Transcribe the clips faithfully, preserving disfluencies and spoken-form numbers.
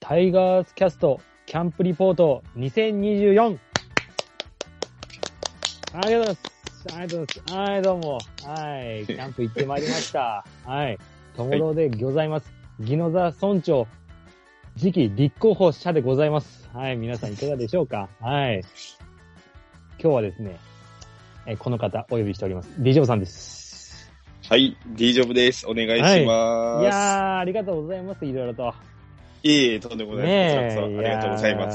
タイガースキャストキャンプリポートにせんにじゅうよん。ありがとうございます。ありがとうございます。はい、どうも。はい、キャンプ行ってまいりました。はい、ともろでございます。宜野座村長、次期立候補者でございます。はい、皆さんいかがでしょうか。はい。今日はですね、えこの方お呼びしております。ディジョブさんです。 はい、ディジョブです。お願いします。はい、 いやー、ありがとうございます。いろいろと。 いえいえ、とんでもないです。ね、ありがとうございます。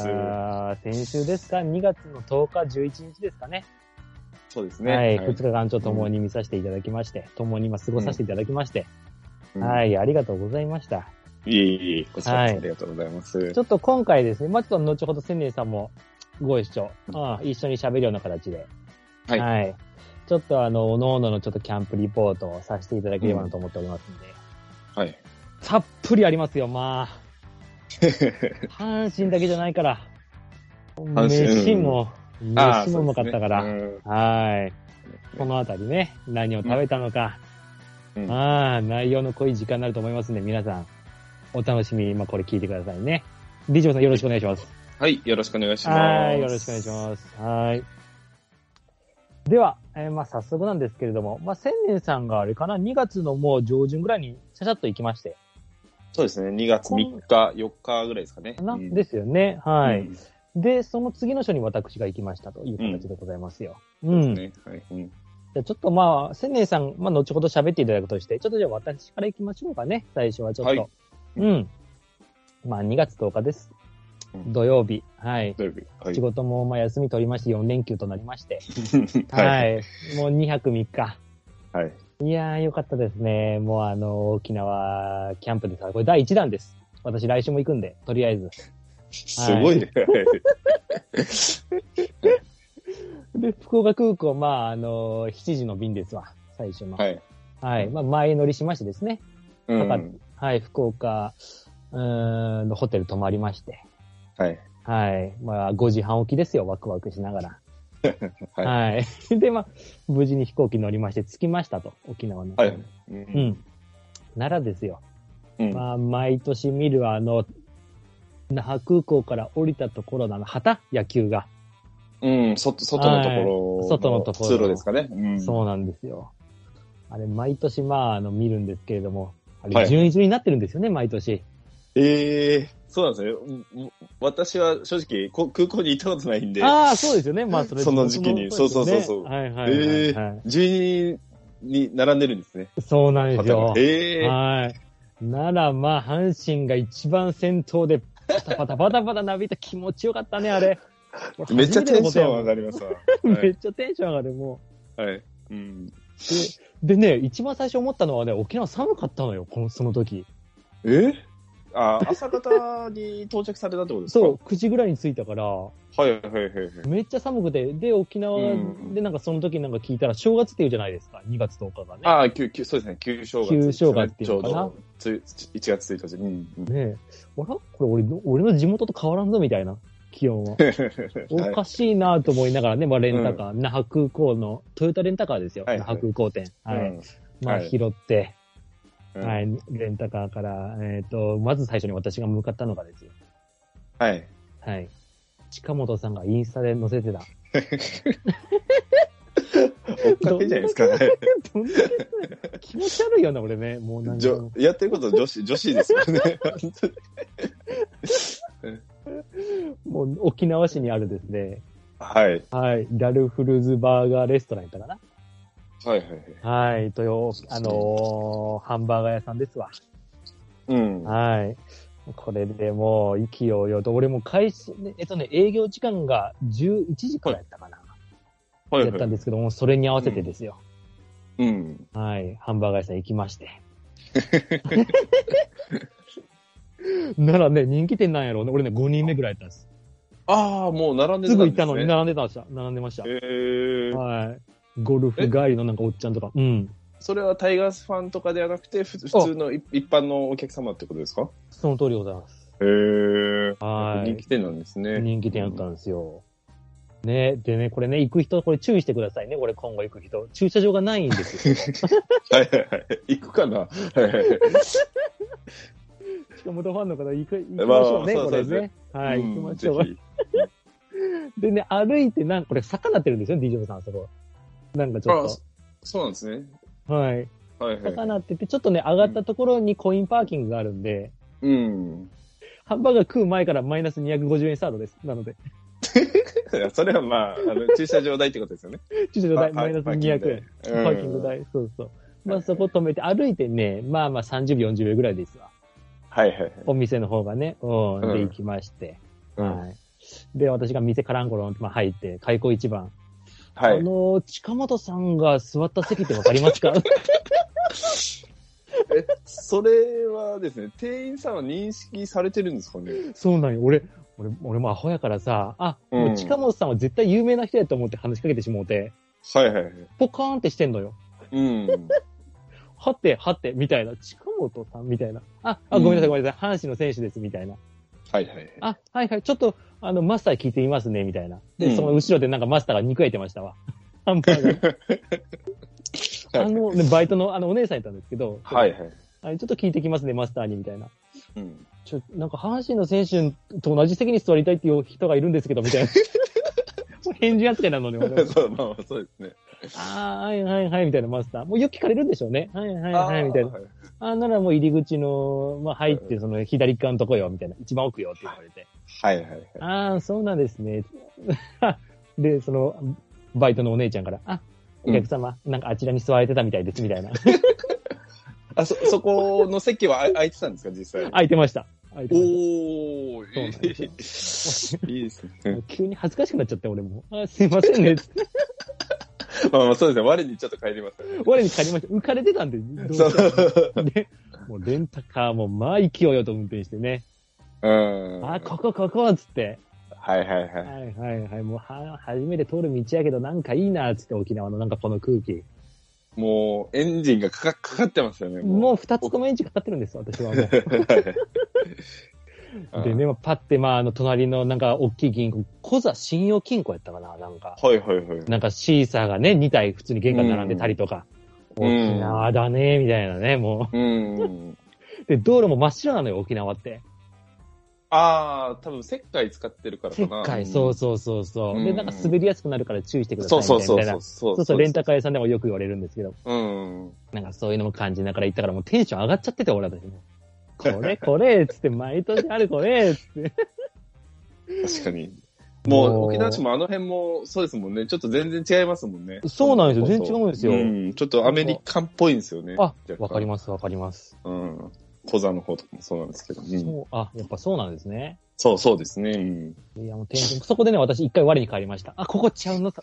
先週ですか、にがつのとおか、じゅういちにちですかね。 そうですね。 はい、はい、ふつかかんちょっと共に見させていただきまして、うん、共に今過ごさせていただきまして、うん、はい、ありがとうございました。 いえいえ、こちらこそありがとうございます。はい、 ちょっと今回ですね、まあ、ちょっと後ほど千年さんもご一緒、うん、一緒に喋るような形で、はい。はい、ちょっとあの、おのおののちょっとキャンプリポートをさせていただければなと思っておりますんで、 うん、はい。 たっぷりありますよ、まあ。阪神だけじゃないから。飯も、飯もうまかったから。ね、うん、はい。このあたりね、何を食べたのか。うん、ああ、内容の濃い時間になると思いますんで、皆さん、お楽しみ、まあ、これ聞いてくださいね。ディジョブさんよろしくお願いします。 はい、よろしくお願いします。 はい、よろしくお願いします。はい。では、えー、まあ、早速なんですけれども、まあ、千年さんがあれかな、にがつのもう上旬ぐらいにシャシャッと行きまして。 そうですね。にがつみっか、よっかぐらいですかね。 な、うん、ですよね。はい、うん。で、その次の週に私が行きましたという形でございますよ。うん。そうですね。はい。うん、じゃあちょっとまあ、千年さん、まあ、後ほど喋っていただくとして、ちょっとじゃあ私から行きましょうかね。最初はちょっと。はい、うん。まあ、にがつとおかです。土曜日。はい。土曜日。はい、仕事もまあ休み取りましてよんれんきゅうとなりまして。はい、はい。もうにはくみっか。はい。いやー、よかったですね。もうあの、沖縄キャンプでさ、これだいいちだんです。私来週も行くんで、とりあえず。 すごいね。はい、 で、福岡空港、まあ、あの、しちじの便ですわ、最初の。はい。はい。まあ、前乗りしましてですね。うん、はい、福岡、うーん、のホテル泊まりまして。はい。はい。まあ、ごじはん起きですよ、ワクワクしながら。はい。はい。で、まあ、無事に飛行機乗りまして、着きましたと、沖縄の。はい。うん。うん、奈良ですよ。うん、まあ、毎年見るあの、那覇空港から降りたところのあの旗、野球が。 うん、外、外のところ、はい。外のところ。通路ですかね。 うん。そうなんですよ。あれ、毎年まあ、あの、見るんですけれども、あれ、順位順になってるんですよね、はい、毎年。 ええー、そうなんですね。私は正直空港に行ったことないんで。 ああ、そうですよね。まあそれその時期に、ね、そうそうそうそう。はいはいはい、はい。ええー、じゅうにに並んでるんですね。 そうなんですよ。ええー。はい。ならまあ阪神が一番先頭でパタパタパタパタなびいた気持ちよかったねあれ。 めっちゃテンション上がりますわ。 めっちゃテンション上がるもう。はい。うん。で、 でね一番最初思ったのはね沖縄寒かったのよこのその時。 え？あ、朝方に到着されたってことですか？ そう、くじぐらいに着いたから。 はいはいはいはい。 めっちゃ寒くて、で、沖縄でなんかその時なんか聞いたら正月って言うじゃないですか、にがつとおかがね。 ああ、旧、旧、そうですね、旧正月、ね。 旧正月っていうのかな。 ちょうどいちがつついたち。うん、うん。 ねえ。あらこれ俺の、俺の地元と変わらんぞみたいな、気温は。おかしいなと思いながらね、まあレンタカー、うん、那覇空港の、トヨタレンタカーですよ、はいはい、那覇空港店。はい。うん、まあ拾って、はい、レンタカーから、えっと、まず最初に私が向かったのがですよ。 はい。 はい。近本さんがインスタで載せてた。 おっかけじゃないですか。 どんだけ気持ち悪いよな、俺ね。もうなんか。 やってること女子、女子ですよね。 もう沖縄市にあるですね。 はい。 はい。ラルフルズバーガーレストランやったかな。 はいはいはい。はい。とよ、あのー、ハンバーガー屋さんですわ。うん。はい。これでもう、意気揚々と、俺も開始、えっとね、営業時間がじゅういちじからやったかな。はい。やったんですけども、それに合わせてですよ。うん。うん、はい。ハンバーガー屋さん行きまして。ならね、人気店なんやろうね。俺ね、ごにんめぐらいやったんです。 ああ、もう並んでたんですね。 すぐ行ったのに並んでたんでした。並んでました。へー。はい。ゴルフ帰りのなんかおっちゃんとか。うん。 それはタイガースファンとかではなくて、普通の一般のお客様ってことですか？ その通りでございます。 へー。はい。人気店なんですね。 人気店やったんですよ。うん、ね。でね、これね、行く人、これ注意してくださいね。これ今後行く人。駐車場がないんですよ。 はいはいはい。行くかな？はいはいはい。 近本ファンの方行く、行きましょうね、まあ、これね。はい、行きましょう。でね、歩いて、なんかこれ坂なってるんですよ、ディジョンさん、そこ。なんかちょっと。 そうなんですね。 はい。はいはい。坂なってて、ちょっとね、上がったところにコインパーキングがあるんで、うん。ハンバーガー食う前からマイナスにひゃくごじゅうえんスタートです。なので。 いや、それはまあ、あの、駐車場代ってことですよね。 駐車場代、マイナスにひゃくえん。パーキング代、そうそう。まあそこ止めて、歩いてね、まあまあさんじゅうびょう、よんじゅうびょうぐらいですわ。 はいはいはい。 お店の方がね、うん、で行きまして。はい。で、私が店からんころ、まあ入って、開口一番。はい。あの、近本さんが座った席ってわかりますか？ え、それはですね、店員さんは認識されてるんですかね？ そうなんよ。俺、俺、俺もアホやからさ、あ、うん、もう近本さんは絶対有名な人やと思って話しかけてしもうて。 はいはいはい。 ポカーンってしてんのよ。うん。はて、はて、みたいな。近本さんみたいな。あ、あ、ごめんなさいごめんなさい。阪神の選手です、みたいな。 はいはいはい。 あ、はいはい。ちょっと、あの、マスター聞いてみますね、みたいな。で、うん、その後ろでなんかマスターが肉焼いてましたわ。ハンバーガー。あの、ね、バイトのあのお姉さんいたんですけど。 はいはい。 あれちょっと聞いてきますね、マスターに、みたいな。うん。ちょ、なんか阪神の選手と同じ席に座りたいっていう人がいるんですけど、みたいな。返事扱いなのね、俺。 そう、まあそうですね。 ああ、はいはいはい、みたいなマスター。もうよく聞かれるんでしょうね。はいはいはい、みたいな。ああ、ならもう入り口の、まあ入って、その左側のとこよ、みたいな。一番奥よって言われて。 はいはいはい。 ああ、そうなんですね。で、その、バイトのお姉ちゃんから、あ、お客様、うん、なんかあちらに座られてたみたいです、みたいな。 あ、そ、そこの席は空いてたんですか、実際。 空いてました。 空いてました。おー、そうなんですよ。いいですね。 急に恥ずかしくなっちゃって、俺も。あ、すいませんね。 まあまあそうですね。我にちょっと帰ります、ね。 我に帰りました。浮かれてたんで、どうしたで、もうレンタカーもまあ勢いよと運転してね。うん。あ、ここここつって。 はいはいはい。 はいはいはい。もうは、初めて通る道やけどなんかいいなつって沖縄のなんかこの空気。 もう、エンジンがかか、かかってますよね。 もう、もう二つともエンジンかかってるんです、私はもう。でね、パッて、まあ、あの、隣のなんか、大きい銀行、小座信用金庫やったかな、なんか。 はいはいはい。 なんか、シーサーがね、にたい普通に玄関並んでたりとか。うん、沖縄だね、みたいなね、もう。うん、で、道路も真っ白なのよ、沖縄って。 ああ、多分石灰使ってるからかな。 石灰、そうそうそうそう、うん。で、なんか滑りやすくなるから注意してくださいみたいな。そうそうそうそう。そうそう、レンタカー屋さんでもよく言われるんですけど。うん。なんかそういうのも感じながら行ったからもうテンション上がっちゃってて、俺私も。これこれつって、毎年あるこれつって。 確かに。もう、沖縄市もあの辺もそうですもんね。ちょっと全然違いますもんね。 そうなんですよ。全然違うんですよ。うん。ちょっとアメリカンっぽいんですよね。 あ、わかりますわかります。 うん。小座の方とかもそうなんですけど。うん、 そう、あ、やっぱそうなんですね。 そうそうですね。うん、 いや、もうテンション、そこでね、私一回我に帰りました。あ、ここちゃうのさ。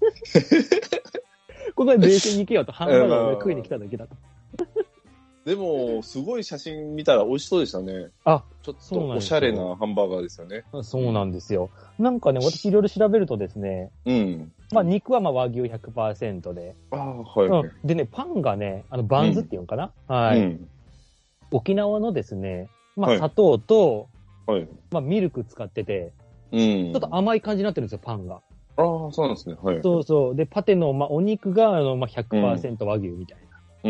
ここで冷静に行けよと、ハンバーガーを食いに来ただけだと。 でも、すごい写真見たら美味しそうでしたね。 あ、 ちょっとおしゃれなハンバーガーですよね。 そうなんですよ。なんかね、私いろいろ調べるとですね、うん。まあ、肉はまあ和牛 ひゃくパーセント で。 ああ、はい、はい、うん。 でね、パンがね、あの、バンズっていうのかな、うん、はい、うん。沖縄のですね、まあ、砂糖と、はい、まあ、ミルク使ってて、うん。ちょっと甘い感じになってるんですよ、パンが。 ああ、そうなんですね。はい。 そうそう。で、パテの、まあ、お肉が、あの、まあ、ひゃくパーセント 和牛みたいな。うん。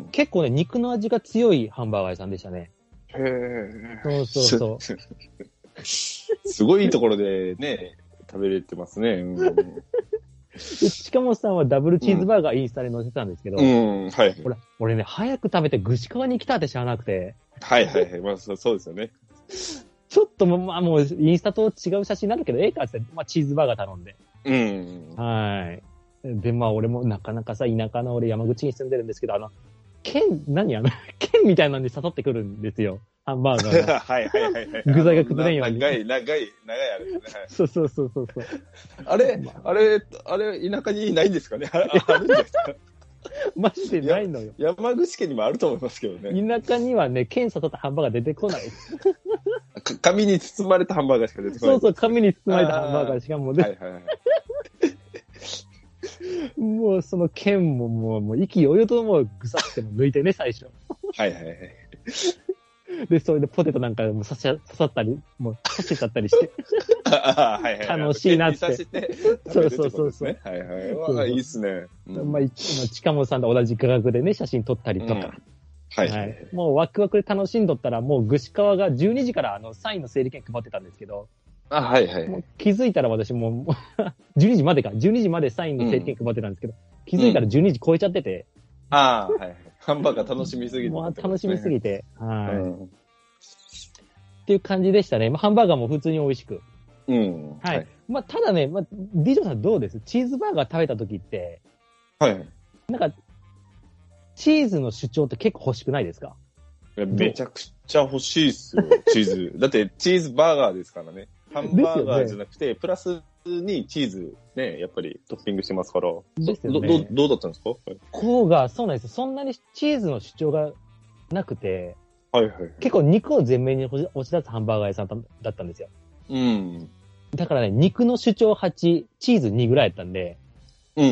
結構ね、肉の味が強いハンバーガー屋さんでしたね。 へえ。 そうそうそう。 すごいいいところでね、食べれてますね。うん、 近本さんはダブルチーズバーガーインスタで載せてたんですけど、うん、うん、はい。ほら、俺ね、早く食べてぐし川に来たって知らなくて。 はいはいはい。まあ、そうそうですよね。 ちょっとも、まあもう、インスタと違う写真になるけど、ええかって、まあ、チーズバーガー頼んで。うん。はい。で、まあ、俺もなかなかさ、田舎の俺山口に住んでるんですけど、あの、県、何あの、県みたいなんで誘ってくるんですよ。ハンバーガーが。はいはいはいはい。具材が崩れんように。 長い、長い、長いあれですね。はい、 そうそうそうそうそう。 あれ、まあ、あれ、あれ、田舎にないんですかねああるんですかマジでないのよ。 山口県にもあると思いますけどね。 田舎にはね、県誘ったハンバーガー出てこない。 紙に包まれたハンバーガーしか出てこない。 そうそう、紙に包まれたハンバーガーしかもうね。はいはいはい。もうその剣ももう、もう意気揚々ともうぐさっても抜いてね、最初。 はいはいはい。 で、それでポテトなんかも刺さ刺さったり、もう刺せちゃったりして。 あはいはい、 楽しいなって。そうそうそうそう。 はいはい。わあ、いいっすね。 うん、まあ、近本さんと同じ価格でね、写真撮ったりとか。 はい、はい。 もうワクワクで楽しんどったら、もうぐし川がじゅうにじからあのサインの整理券配ってたんですけど、 あ、はいはい。 もう気づいたら私もうじゅうにじまでか、じゅうにじまでサインの整理券配ってたんですけど、うん、気づいたらじゅうにじ超えちゃってて。 うん、ああ、はいはい。ハンバーガー楽しみすぎて、ね。 もう楽しみすぎて。はい、うん。 っていう感じでしたね。まあ、ハンバーガーも普通に美味しく。 うん。 はい。はい、まあ、ただね、まあ、ディジョンさんどうです？チーズバーガー食べた時って、 はい。 なんか、チーズの主張って結構欲しくないですか？ めちゃくちゃ欲しいっすよ、チーズ。だってチーズバーガーですからね。ハンバーガーじゃなくて、ね、プラスにチーズね、やっぱりトッピングしてますから。 ですよね。 ど、ど、どうだったんですか？ こうが、そうなんですよ。そんなにチーズの主張がなくて、 はいはいはい、 結構肉を前面に押し出すハンバーガー屋さんだったんですよ。 うん。 だからね、肉の主張はち、チーズにぐらいやったんで、 うん。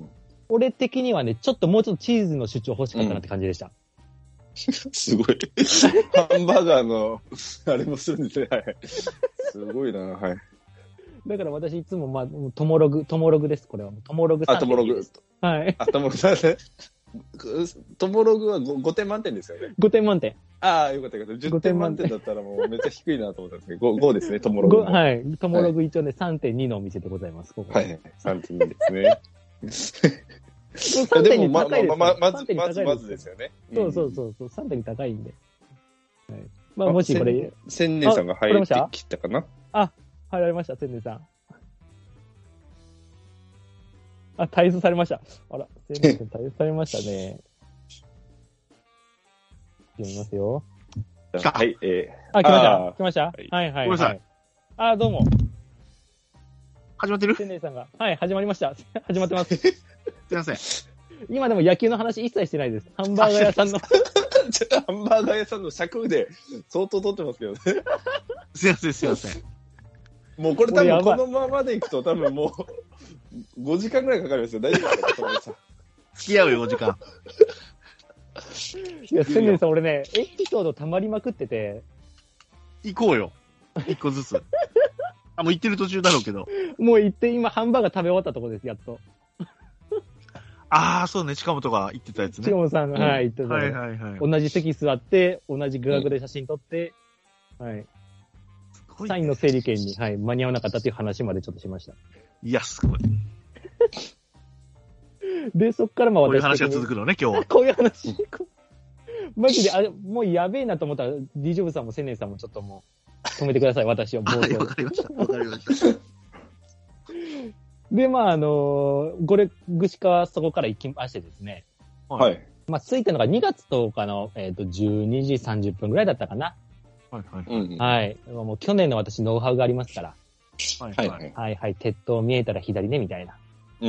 俺的にはね、ちょっともうちょっとチーズの主張欲しかったなって感じでした。うんすごい。ハンバーガーの、あれもするんですね。はい。すごいな、はい。 だから私いつも、まあ、トモログ、トモログです、これは。トモログさんてんにです。 あ、トモログ。はい。あ、トモログさんね。トモログは ご, ごてん満点ですよね。 ごてん満点。 ああ、よかったよかった。じゅってん満点だったらもうめっちゃ低いなと思ったんですけど、ご, ごですね、トモログ。 はい。トモログ一応ね、はい、さんてんに のお店でございます。ここはい。さんてんにですね。 でも、ま、ま、 ま、まず、まず、まずですよね。 そうそうそうそう、さんてんに高いんで。はい。まあ、もしこれ。 千年さんが入ってきたかな？ あ、入られました、千年さん。あ、退出されました。あら、千年さん退出されましたね。読みますよ。 はい、えー。あ、来ました来ました、はい、はいはい。ごめんなさい。あ、どうも。 始まってる？ 千年さんが。はい、始まりました。始まってます。 すいません。 今でも野球の話一切してないです。ハンバーガー屋さんの。 ハンバーガー屋さんの尺で相当取ってますけどね。 すいません、すいません。 もうこれ多分このままでいくと多分もうごじかんぐらいかかりますよ。大丈夫ですか？ 付き合うよ、ごじかん。 いや、千年さん俺ね、エピソード溜まりまくってて。 行こうよ。一個ずつ。あ、もう行ってる途中だろうけど。 もう行って今ハンバーガー食べ終わったところです、やっと。 ああ、そうね、近本が言ってたやつね。 近本さんが、はい、言ってた。 はいはいはい。 同じ席座って、同じグラグで写真撮って、うん、はい。サインの整理券に、はい、間に合わなかったっていう話までちょっとしました。いや、すごい。 で、そっからまあ私。 こういう話が続くのね、今日は。 こういう話。マジで、あ、もうやべえなと思ったら、ディジョブさんもセネンさんもちょっともう、止めてください、私を。 冒頭。わかりました。わかりました。 で、まあ、あのー、これ、ぐしかはそこから行きましてですね。 はい。 まあ、着いたのがにがつとおかの、えっと、じゅうにじさんじゅっぷんぐらいだったかな。 はいはい。 うん、 はい。もう去年の私、ノウハウがありますから。 はいはい。 はいはい。鉄塔見えたら左ね、みたいな。 うん。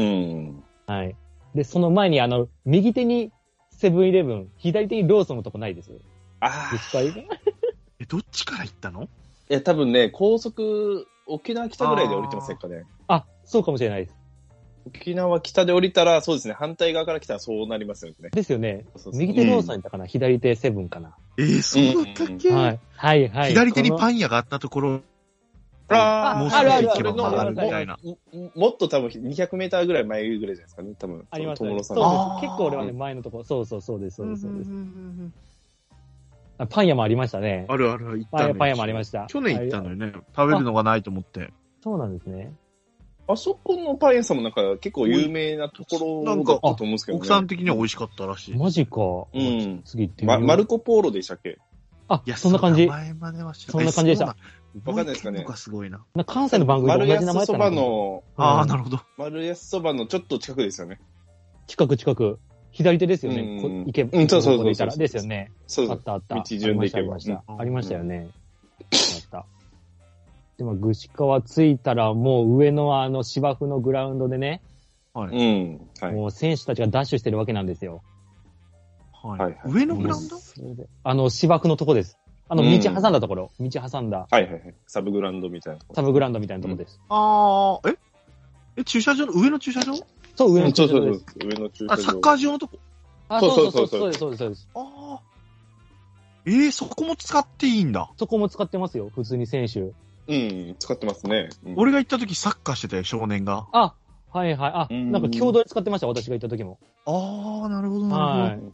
はい。で、その前に、あの、右手にセブンイレブン、左手にローソンのとこないです。 ああ。 え、どっちから行ったの？ いや、多分ね、高速、沖縄北ぐらいで降りてませんかね。 あ、そうかもしれないです。 沖縄北で降りたら、そうですね、反対側から来たらそうなりますよね。 ですよね。そうそうそう、右手ローソン行ったかな、うん、左手セブンかな。 えー、そうだったっけ、 うん、はい。はいはい。 左手にパン屋があったところ、 ああ、 もうすぐ行けば曲がるみたいな。もっと多分にひゃくメーターぐらい前ぐらいじゃないですかね、多分。 ありますね。そうです。結構俺はね、前のところ、そうそうそうです、そうです、そうです。パン屋もありましたね。 あるある、行ったね。 パン屋もありました。 去年行ったのよね。食べるのがないと思って。 そうなんですね。 あそこのパン屋さんもなんか結構有名なところだったと思うんですけどね。 奥さん的には美味しかったらしい。 マジか。 うん。 次行ってみよう。 ま、マルコポーロでしたっけ？ あ、そんな感じ。 前まではそんな感じでした。 わかんないですかね。 すごいな。 関西の番組と同じ名前だった丸安そばの、 ああ、なるほど。 丸安そばのちょっと近くですよね。 近く近く。左手ですよね。行けば。 うん、そうそうそう。 ですよね。 そうあったあった。 道順で行けば。 ありましたよね。あった。でも、ぐし川着いたら、もう上のあの芝生のグラウンドでね。 はい。うん。 はい。もう選手たちがダッシュしてるわけなんですよ。 はい。上のグラウンド？ あの、芝生のとこです。あの、道挟んだところ。道挟んだ。 はいはいはい。サブグラウンドみたいな。 サブグラウンドみたいなところです。 ああ、ええ、駐車場の上の駐車場？ そう、上の駐車場です。 上の駐車場。 あ、サッカー場のとこ。 あ、そうそうそう、そうです、そうです、そうです。 ああ。えー、そこも使っていいんだ。 そこも使ってますよ、普通に選手。 うん、使ってますね。 俺が行った時サッカーしてたよ、少年が。 あ、はいはい。あ、なんか共同で使ってました、私が行った時も。 ああ、なるほど、なるほど。はい。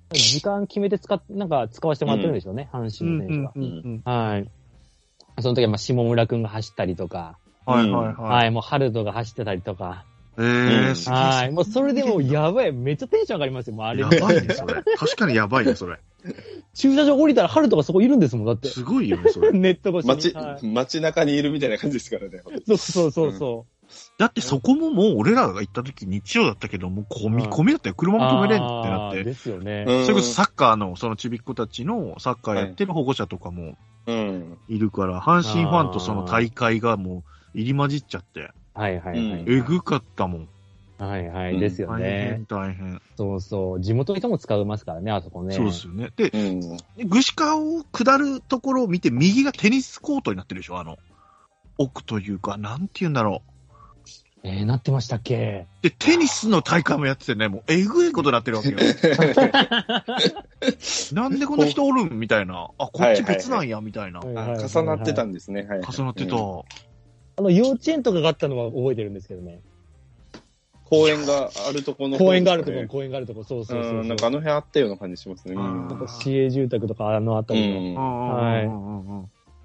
時間決めて使っ、なんか使わせてもらってるんでしょうね、うん、阪神の選手が、うんうんうん。はい。その時はまあ下村くんが走ったりとか。 はいはいはい。 はい、もうハルトが走ってたりとか。 えー、すげえ。はい。もうそれでもうやばい。めっちゃテンション上がりますよ、もうあれ。 やばいね、それ。確かにやばいね、それ。 駐車場降りたらハルトがそこいるんですもん、だって。 すごいよね、それ。 ネット越しに。 街、はい、街中にいるみたいな感じですからね。 そうそうそうそう。 だってそこももう俺らが行った時日曜だったけど、もう込み込みだったよ。車も止めれんってなって。 ですよね。 それこそサッカーの、そのちびっ子たちのサッカーやってる保護者とかもいるから、阪神ファンとその大会がもう入り混じっちゃって。 はいはいはい。 えぐかったもん。 はいはい。ですよね。 大変大変。 そうそう。地元の人も使いますからね、あそこね。 そうですよね。で、ぐし川を下るところを見て、右がテニスコートになってるでしょ、あの、奥というか、なんて言うんだろう。 えー、なってましたっけ？ で、テニスの大会もやっててね、もうえぐいことになってるわけよ。なんでこんな人おるんみたいな。あ、こっち別なんや、みたいな。 重なってたんですね。はい、 重なってた、うん。 あの、幼稚園とかがあったのは覚えてるんですけどね。 公園があるとこの、 ね。公園があるところ、公園があるところ、そうそうそうそう。 なんかあの辺あったような感じしますね。 なんか市営住宅とかあのあたりの。うん、はい。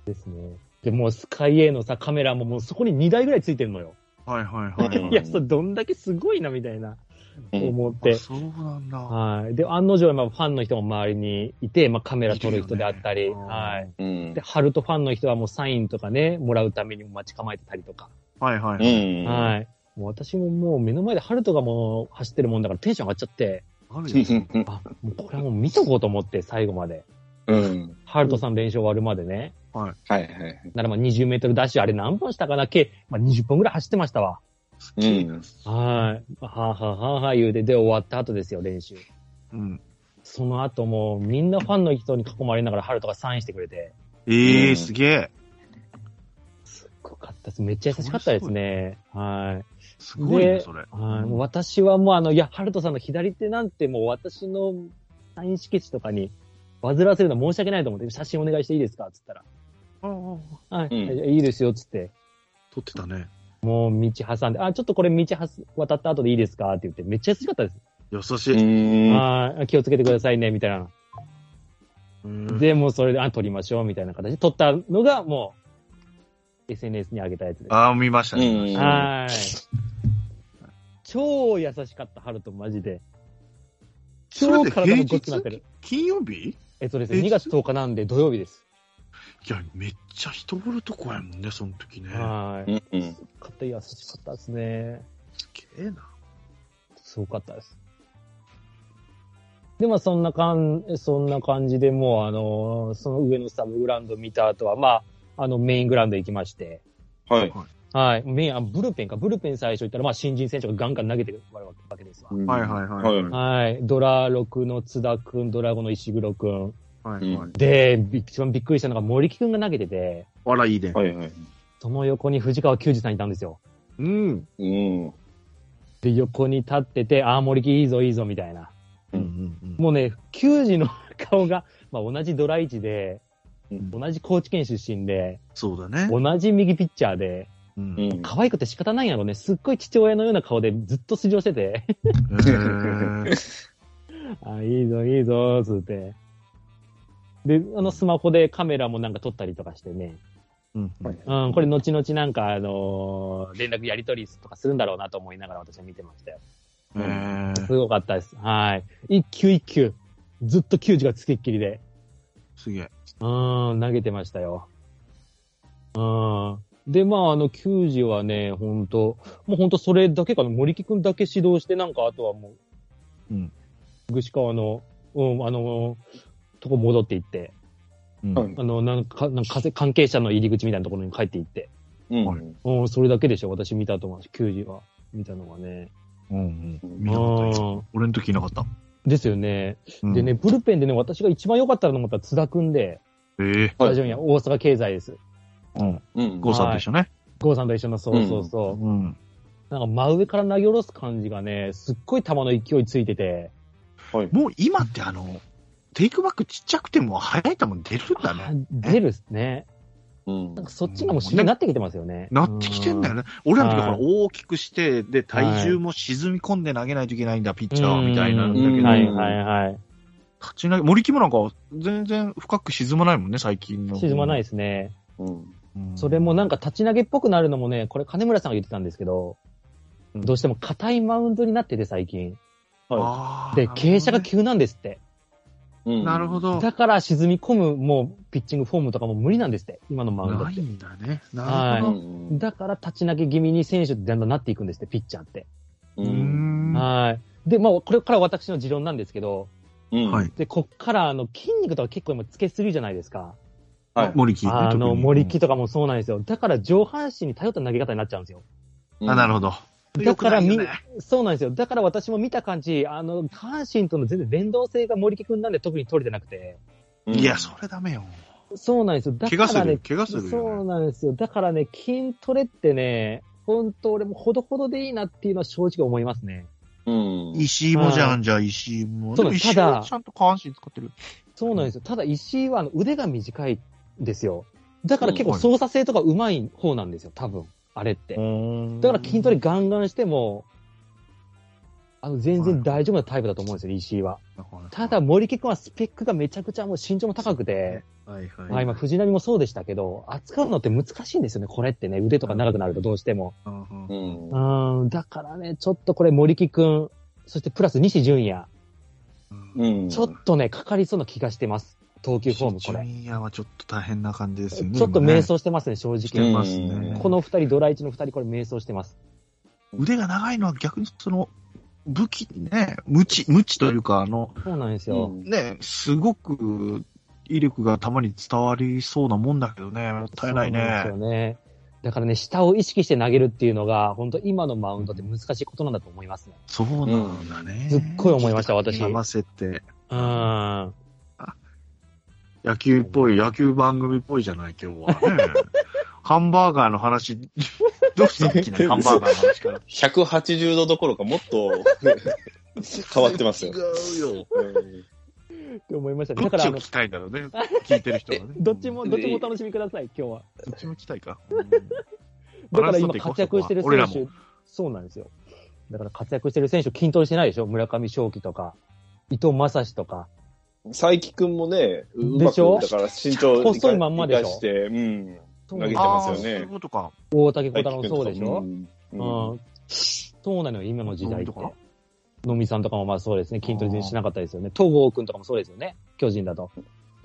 ですね。で、もうスカイエーのさ、カメラももうそこににだいぐらいついてるのよ。 はいはいはい、はい。 いや、それどんだけすごいな、みたいな、思って。うん、 そうなんだ。 はい。で、案の定、まあ、ファンの人も周りにいて、まあ、カメラ撮る人であったり、ね、はい。うん、で、ハルトファンの人はもうサインとかね、もらうためにも待ち構えてたりとか。 はいはいはい。 うん、はい。もう私ももう目の前でハルトがもう走ってるもんだからテンション上がっちゃって。あ、もうこれはもう見とこうと思って、最後まで。うん。ハルトさん練習終わるまでね。 はい。 はいはい。 ならまあにじゅうメートルダッシュあれ何本したかな計、まあにじゅっぽんぐらい走ってましたわ。 うん。はい。 はぁはぁはぁはぁ言うて、で終わった後ですよ、練習。 うん。 その後もみんなファンの人に囲まれながらハルトがサインしてくれて。 ええー、うん、すげえ。 すっごかったです。めっちゃ優しかったですね。はい。 すごいね、それ。 はい。うん、私はもうあの、いや、ハルトさんの左手なんてもう私のサイン色紙とかに煩わせるのは申し訳ないと思って、写真お願いしていいですかつったら。はい、うん、いいですよ、つって。 撮ってたね。 もう道挟んで、あ、ちょっとこれ道渡った後でいいですかって言って、めっちゃ優しかったです。 優しい。 はい、気をつけてくださいね、みたいな。で、もうそれで、あ、撮りましょう、みたいな形で撮ったのが、もう、エスエヌエス に上げたやつです。 ああ、見ましたね。 はい。超優しかった、ハルト、マジで。超体もごっつなってる。 金曜日？ えっとですね、にがつとおかなんで土曜日です。 いや、めっちゃ人来るとこやもんね、その時ね。 はい。うん。かった、優しかったですね。 すげえな。 すごかったです。で、まあ、そんなかん、そんな感じでもう、あの、その上のサブグラウンド見た後は、まあ、あの、メイングラウンド行きまして。 はい。 はい。メイン、あ、ブルペンか。ブルペン最初行ったら、まあ、新人選手がガンガン投げてるわけですわ。 うん、はいはいはい。 はい。ドラろくの津田くん、ドラごの石黒くん。 はいはい。 で、一番びっくりしたのが森木くんが投げてて。 あら、いいね。 はいはい。 その横に藤川球児さんいたんですよ。 うん。 うん。 で、横に立ってて、あー、森木いいぞいいぞみたいな。 うんうんうん。 もうね、球児の顔が、まあ同じドラいちで、うん、同じ高知県出身で、 そうだね。 同じ右ピッチャーで、 うん、 可愛くて仕方ないんやろね。すっごい父親のような顔でずっと出場してて。あ、いいぞいいぞ、つって。で、あのスマホでカメラもなんか撮ったりとかしてね。 うん。 うん、これ後々なんかあのー、連絡やり取りとかするんだろうなと思いながら私は見てましたよ。 うん、 すごかったです。はい。一球一球、ずっと球児がつきっきりで。 すげえ。 うん、投げてましたよ。うん。で、まあ、あの、球児はね、ほんと、もうほんとそれだけかな。森木くんだけ指導して、なんかあとはもう、うん。 ぐし川の、うん、あの、とこ戻っていって、 うん、 あの、なんか、なんか関係者の入り口みたいなところに帰っていって。 うん。 うん、それだけでしょ、私見たと思う。球児は、見たのがね。 うんうん。見なかったです。俺の時いなかった。 ですよね。うん、でね、ブルペンでね、私が一番良かったと思ったら津田くんで、 ええー。 スタジオには大阪経済です。 うん。うん。ゴーさんと一緒ね。 ゴーさんと一緒の、そうそうそう。 うん。 なんか真上から投げ下ろす感じがね、すっごい球の勢いついてて。 はい。もう今ってあの、テイクバックちっちゃくても速い球出るんだね。 出るっすね。 うん。 なんかそっちがもう主流になってきてますよね。 なってきてんだよね。俺らの時はほら大きくして、で、体重も沈み込んで投げないといけないんだ、ピッチャーみたいなんだけど。 はいはいはい。 立ち投げ、森木もなんか全然深く沈まないもんね、最近の。 沈まないですね。 うん。 それもなんか立ち投げっぽくなるのもね、これ金村さんが言ってたんですけど、うん、どうしても硬いマウンドになってて最近。はい。で、傾斜が急なんですって。 うん、なるほど。 だから沈み込むもうピッチングフォームとかも無理なんですって、今のマウンドって。 ないんだね。なるほど。はい、 だから立ち投げ気味に選手ってだんだんなっていくんですって、ピッチャーって。 うーん。 はい。で、まあ、これから私の持論なんですけど、 うん、 で、こっからあの筋肉とか結構今つけすぎじゃないですか。 はい。森木、ね。 あの、森木とかもそうなんですよ。だから上半身に頼った投げ方になっちゃうんですよ。 うん、あ、なるほど。 だからみ、ね、そうなんですよ。だから私も見た感じ、あの、下半身との全然連動性が森木くんなんで特に取れてなくて。 うん、いや、それダメよ。 そうなんですよ。だからね、 怪我する。怪我するよ、ね。 そうなんですよ。だからね、筋トレってね、本当俺もほどほどでいいなっていうのは正直思いますね。 うん。石井もじゃん、じゃあ石井も。 そうなんです。ただ、 ちゃんと下半身使ってる。 そうなんですよ。ただ石井はあの腕が短いんですよ。だから結構操作性とか上手い方なんですよ、多分。あれって。だから筋トレガンガンしても、あの、全然大丈夫なタイプだと思うんですよ、石井は。ただ、森木君はスペックがめちゃくちゃもう身長も高くて、はいはい。はい、まあ、藤波もそうでしたけど、扱うのって難しいんですよね、これってね。腕とか長くなるとどうしても。うん。うん。だからね、ちょっとこれ森木君、そしてプラス西純也。うん。ちょっとね、かかりそうな気がしてます。投球フォーム、これ。 純也はちょっと大変な感じですよね。 ちょっと迷走してますね、正直。 してますね。 この二人、ドライチの二人、これ迷走してます。 腕が長いのは逆にその、武器ね、無知、無知というか、あの、 そうなんですよ。 ね、すごく威力がたまに伝わりそうなもんだけどね、もったいないね。 そうなんですよね。だからね、下を意識して投げるっていうのが、本当今のマウンドって難しいことなんだと思いますね。 そうなんだね。 すっごい思いました、私。 合わせて。 うん。 野球っぽい、野球番組っぽいじゃない、今日はね。ハンバーガーの話、どうしたっけね、ハンバーガーの話から。 ひゃくはちじゅうどどころかもっと変わってますよ。 違うよ。 って思いましたね。 だからどっちを聞きたいんだろうね、聞いてる人はね。 どっちも、どっちもお楽しみください、今日は。 どっちも聞きたいか。 だから今活躍してる選手、そうなんですよ。だから活躍してる選手筋トレしてないでしょ、村上正輝とか、伊藤正史とか。 佐伯くんもね、うまく、だから身長細いまんまでしょ。 して、うん。投げてますよね。そういうことか。 大竹小太郎もそうでしょ。うん。うん、そうなのよ、今の時代って。野見さんとかもまあそうですね、筋トレ全然しなかったですよね。東郷くんとかもそうですよね、巨人だと。 うん。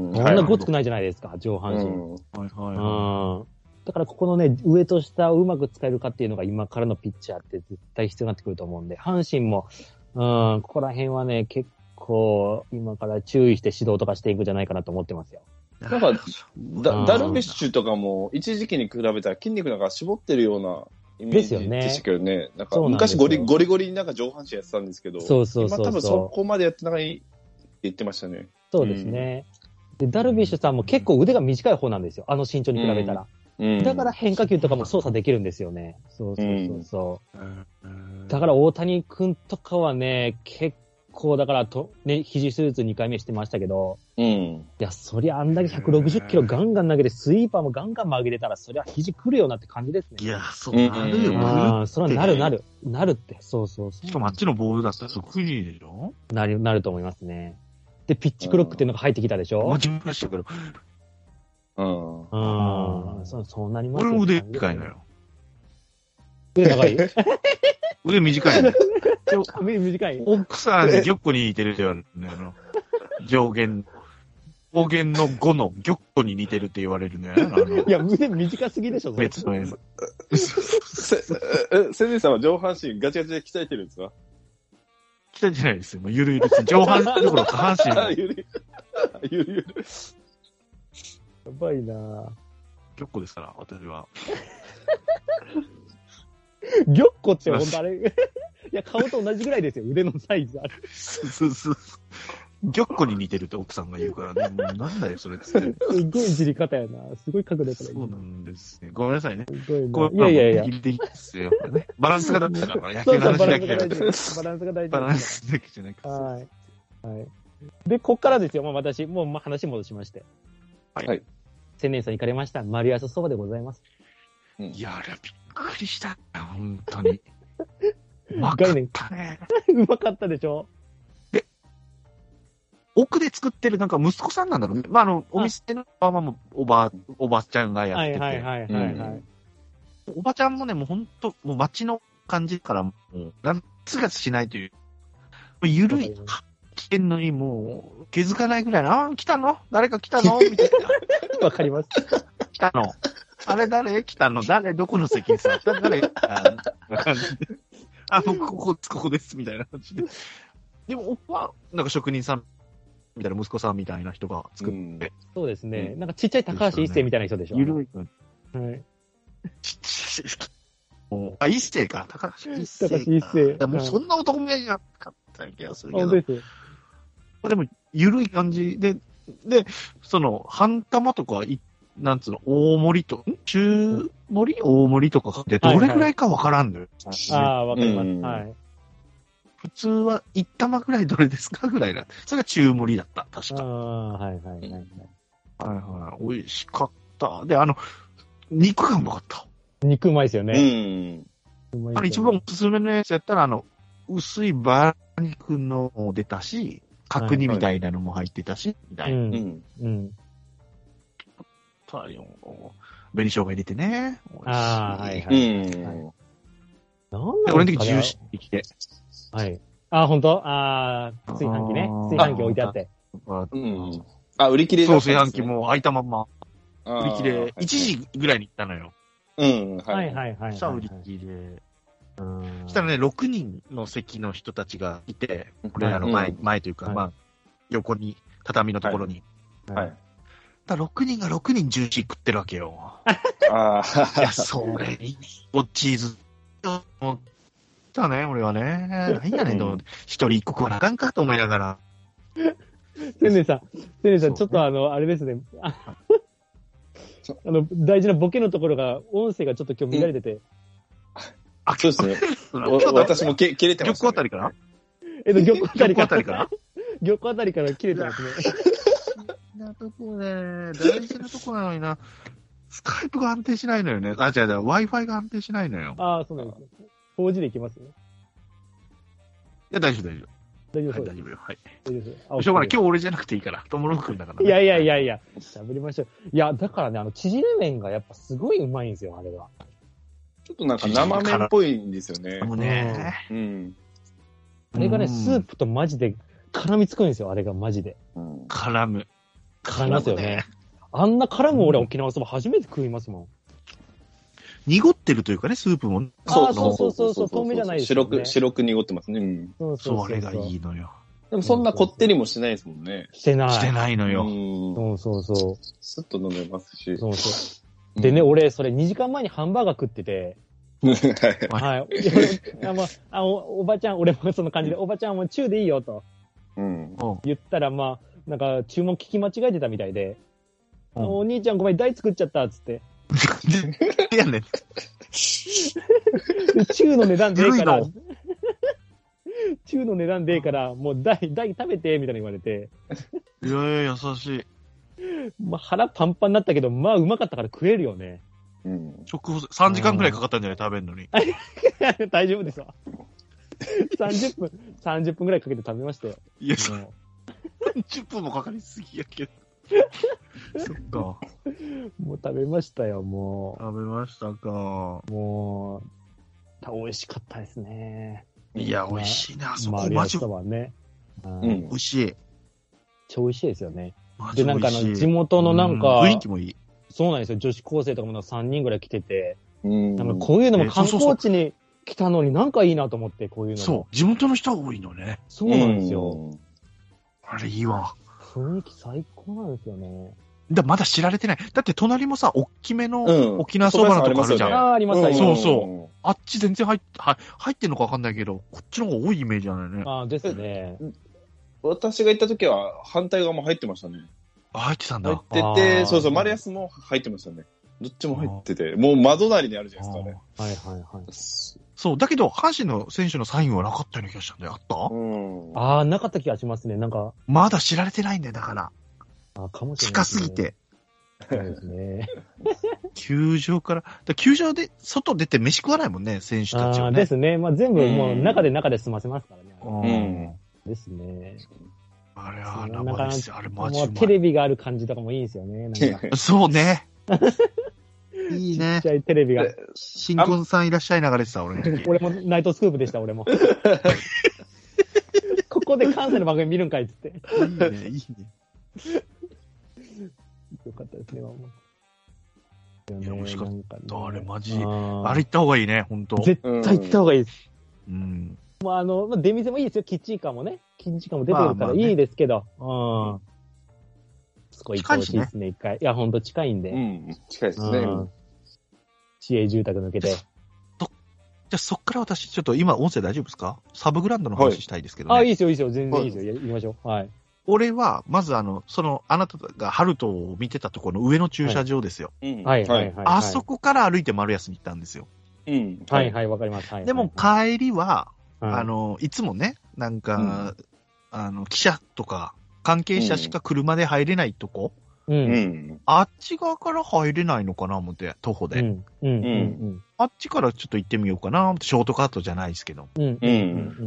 こんなごつくないじゃないですか、上半身。うん。はいはい。だからここのね、上と下をうまく使えるかっていうのが今からのピッチャーって絶対必要になってくると思うんで、阪神も、うん、ここら辺はね、結構今から注意して指導とかしていくんじゃないかなと思ってますよ。 なんか、ダ, ダルビッシュとかも一時期に比べたら筋肉なんか絞ってるようなイメージでしたけどね。なんか昔ゴリゴリゴリになんか上半身やってたんですけど、 そうそうそうそう、 今多分そこまでやってないって言ってましたね。 そうですね。うん、で、ダルビッシュさんも結構腕が短い方なんですよ。あの身長に比べたら。うん、だから変化球とかも操作できるんですよね。そうそうそうそう。うん、だから大谷君とかはね、結構だからと、ね、肘手術にかいめしてましたけど、うん、いや、そりゃあんだけひゃくろくじゅっキロガンガン投げて、スイーパーもガンガン曲げれたら、そりゃ肘くるよなって感じですね。 いや、そうなるよ。 ああ、それはなるなる。なるって。そうそうそう。 しかもあっちのボールだったらそっくりでしょ？ なる、なると思いますね。で、ピッチクロックっていうのが入ってきたでしょ？ もちろんしたけど。 うん。うん。そう、そうなりますよ。 俺腕短いのよ。 腕長い腕短いのよ。 腕短い奥さんに玉子に似てるって言われるね。あの、上限、上限のごの玉子に似てるって言われるね。 いや、腕短すぎでしょ、それ。 別のやつ。 え、先生さんは上半身ガチガチで鍛えてるんですか？ 鍛えてないですよ。もうゆるゆるです。上半身どころ下半身も。 ゆるゆる。 やばいなぁ。 玉子ですから、私は。 玉子ってほんとあれ、いや、顔と同じぐらいですよ、腕のサイズある。 そうそうそう。玉子に似てるって奥さんが言うからね、もうなんだよ、それっつって。 すごいいじり方やな。すごい角度から。 そうなんですね。ごめんなさいね。 すごいな。いやいやいや。 いいですよ、ね。バランスが大事だから、野球の話だけじゃなくて。 バランスが大事。 バランスだけじゃなくて。 はい。はい。で、こっからですよ、まあ私、もう話戻しまして。 はい。 千年さん行かれました、丸安そばでございます。 うん、いや、あれはびっくりした。本当に。うまかったね。 うまかったでしょ？ え、 奥で作ってるなんか息子さんなんだろうね。まあ、あの、お店のママもおば、おばちゃんがやってて。 はいはいはいはい、はい、 おばちゃんもね、もうほんと、もう街の感じからもう、なんつがしないという、ゆるい、来てんのにもう、気づかないぐらいな、あ、来たの誰か来たのみたいな。わかります。 来たのあれ誰来たの誰どこの席に座った誰あ、あ、僕ここ、ここです、みたいな感じで。でも、僕は、なんか職人さん、みたいな息子さんみたいな人が作って。うん、 そうですね。なんかちっちゃい高橋一生みたいな人でしょ。 ゆるい。 はい。 ちっちゃい。あ、一世か。高橋一世。 高橋一世。 もうそんな男前じゃなかった気がするけど。 そうです。 でも、ゆるい感じで、で、その、半玉とか、なんつうの、大盛りと、中盛り大盛りとかで、どれぐらいかわからんのよ。 はいはい、ああ、わかります。うん、はい。 普通は一玉ぐらいどれですかぐらいな。それが中盛りだった。確か。 ああ、はいはいはい。はいはい。美味しかった。で、あの、肉がうまかった。 肉うまいですよね。 うん。あの、一番おすすめのやつやったら、あの、薄いバラ肉のも出たし、角煮みたいなのも入ってたし、みたいな。うん。うん。紅生姜入れてね。 ああ、はいはい。うん。なんだろう。 俺の時ジューシー来て。 はい。ああ、ほんとああ、炊飯器ね。炊飯器置いてあって。 うん。あ、売り切れだったんですね。そう、炊飯器も開いたまんま。売り切れ、いちじぐらいに行ったのよ。 うん、 はいはいはい。 さあ売り切れ。そしたらね、ろくにんの席の人たちがいて、これらの前、前というか、まあ、横に、畳のところに。はい。だろくにんがろくにんジューシー食ってるわけよ。ああ。いや、それ、おチーズ、思ったね、俺はね。何やねんと、一人一個食わなあかんかと思いながら。 千年さん、千年さん、ちょっとあの、あれですね。あの、大事なボケのところが、音声がちょっと今日乱れてて。 あ、そうですね。私もけ切れてます、 ね。玉子あたりからえっと、玉子あたりから。 玉子あたりから玉子あたりから切れてますね。 なとこね、大事なとこなのにな。スカイプが安定しないのよね。あ、違う違う、Wi-Fi が安定しないのよ。 ああ、そうなんですね。フォージー でいきますね。 いや、大丈夫、大丈夫。 大丈夫、 はい、大丈夫よ。はい。 大丈夫です。 しょうがない。今日俺じゃなくていいから。ともろくんだから、 ね。いやいやいやいや、喋りましょう。いや、だからね、あの、縮れ麺がやっぱすごいうまいんですよ、あれは。 ちょっとなんか生麺っぽいんですよね。 もうね。 うん。 あれがね、スープとマジで絡みつくんですよ、あれがマジで。 うん、絡む。 絡みますよね。あんな絡む俺沖縄そば初めて食いますもん。 濁ってるというかね、スープも。 そうそうそうそう、透明じゃないですよね。 白く、白く濁ってますね。うん。 そうそうそう。それがいいのよ。 でもそんなこってりもしないですもんね。 してない。 してないのよ。 そうそうそう。 スッと飲めますし。 そうそう。でね、俺、それにじかんまえにハンバーガー食ってて。はい。あのあお、おばちゃん、俺もその感じで、おばちゃんもチューでいいよと。うん。言ったら、まあ、なんか注文聞き間違えてたみたいで。うん、お兄ちゃんごめん、台作っちゃった、つって。 いやねん。 チューの値段でええから。チューの値段でええから、もう台、台食べて、みたいな言われて。 いやいや、優しい。 まあ、腹パンパンになったけど、まあ、うまかったから食えるよね。 うん。食補、さんじかんくらいかかったんじゃない食べるのに。 大丈夫ですわ。さんじゅっぷん、さんじゅっぷんくらいかけて食べましたよ。 いや、さんじゅっぷんもかかりすぎやけど。そっか。 もう食べましたよ、もう。食べましたか。 もう、美味しかったですね。 いや、美味しいな、そこマジはね。 うん、美味しい。 超美味しいですよね。で、なんかあの、地元のなんか、 雰囲気もいい。 そうなんですよ。女子高生とかもさんにんぐらい来てて、なんかこういうのも観光地に来たのになんかいいなと思って、こういうのも。 そう。地元の人は多いのね。 そうなんですよ。 あれいいわ。 雰囲気最高なんですよね。 だまだ知られてない。だって隣もさ、大きめの沖縄そばのとこあるじゃん。 ああ、あります、あります。 そうそう。あっち全然入って、入ってんのかわかんないけど、こっちの方が多いイメージなんだよね。 ああ、ですね。 私が行った時は反対側も入ってましたね。 あ、入ってたんだ。 入ってて、そうそう、マリアスも入ってましたね。どっちも入ってて、もう窓隣にあるじゃないですかね。 はいはいはい。 そう、だけど、阪神の選手のサインはなかったような気がしたんだよ。あったうん。 ああ、なかった気がしますね。なんか。 まだ知られてないんだよ、だから。 あかもしれない、ね。 近すぎて。 そうですね。 球場から、だ球場で、外出て飯食わないもんね、選手たちは、ね。 ですね。まあ全部もう中で中で済ませますからね。 うん。 ですね。 あれは生ですよ。あれマジうまい。 もうテレビがある感じとかもいいんですよね。なんかそうね。いいね。 ちっちゃいテレビが。 新婚さんいらっしゃい流れてた、俺の時。 俺もナイトスクープでした、俺も。ここで関西の番組見るんかいっつって。いいね、いいね。 よかったですね、 いや、美味しかった。あれマジ。あれ行った方がいいね、ほんと。 絶対行った方がいいです。 うん。 まあ、あの、出店もいいですよ。キッチンカーもね。キッチンカーも出てるからいいですけど。まあまあね、うん。すごい行ってほしいですね、一回。いや、ほんと近いんで。 うん、近いですね。 市営住宅抜けて。 じゃあ、そっから私、ちょっと今、音声大丈夫ですか？サブグランドの話したいですけどね。 はい、あ、いいですよ、いいですよ。全然いいですよ。やりましょう。はい。 俺は、まずあの、その、あなたがハルトを見てたところの上の駐車場ですよ。 はい、はい、はい。 あそこから歩いて丸安に行ったんですよ。 うん。はい、はい、わかります。はい。 でも、帰りは、あの、いつもね、なんか、あの、記者とか、関係者しか車で入れないとこ、 うん、 あっち側から入れないのかな思って、徒歩で。 うんうんうん、 あっちからちょっと行ってみようかな、ショートカットじゃないですけど。 うんうん、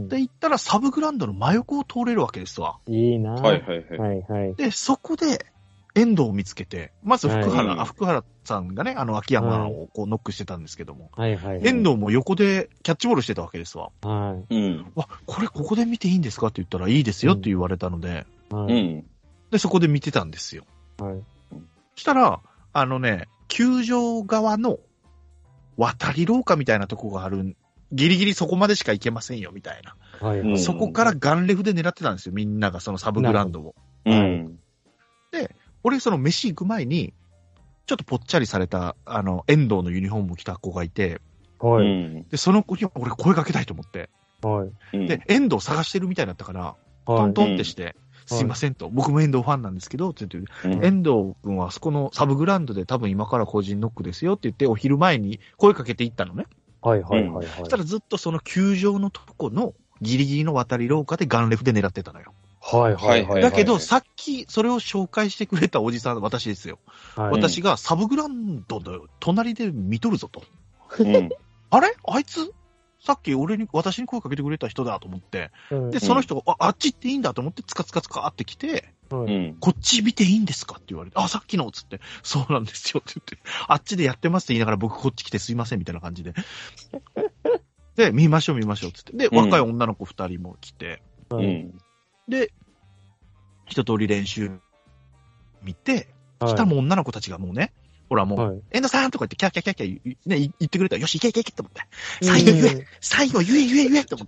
で、行ったらサブグランドの真横を通れるわけですわ。 いいなぁ。 はいはいはい。 はいはい、 で、そこで、遠藤を見つけて、まず福原、はい、福原さんがね、あの、秋山をこうノックしてたんですけども、 はいはいはい、 遠藤も横でキャッチボールしてたわけですわ。 はい。 うん。 わ、これここで見ていいんですかって言ったらいいですよって言われたので、 うんはい、 で、そこで見てたんですよ。 はい。 したら、あのね、球場側の渡り廊下みたいなとこがある、ギリギリそこまでしか行けませんよ、みたいな。 はいはい、 そこからガンレフで狙ってたんですよ、みんながそのサブグランドを。 うん。 で、俺その飯行く前に、ちょっとぽっちゃりされた、あの、遠藤のユニフォームを着た子がいて、 はい。 で、その子に俺声かけたいと思って。 はい。 で、遠藤探してるみたいだったから、トントンってして、すいませんと、はい、僕も遠藤ファンなんですけど、って言って、うん、遠藤君はあそこのサブグラウンドで多分今から個人ノックですよって言って、お昼前に声かけていったのね。 はいはいはい、はい。 そしたらずっとその球場のとこのギリギリの渡り廊下でガンレフで狙ってたのよ。 はいはいはい。 だけど、さっきそれを紹介してくれたおじさん、私ですよ。はい、私がサブグラウンドの隣で見とるぞと。うん、あれあいつさっき俺に、私に声かけてくれた人だと思って、うん、で、その人が、あ、あっち行っていいんだと思って、つかつかつかって来て、うん、こっち見ていいんですかって言われて、あ、さっきのつって、そうなんですよって言って、あっちでやってますって言いながら僕こっち来てすいませんみたいな感じで。で、見ましょう見ましょうつって。で、若い女の子二人も来て、うん、で、一通り練習見て、はい、したらもう女の子たちがもうね、ほらもう、はい、遠藤さんとか言って、キャッキャッキャッキャ、ね、言ってくれたら、よし、いけいけいけって思って。サイン言えサインを言え言え言えって思って。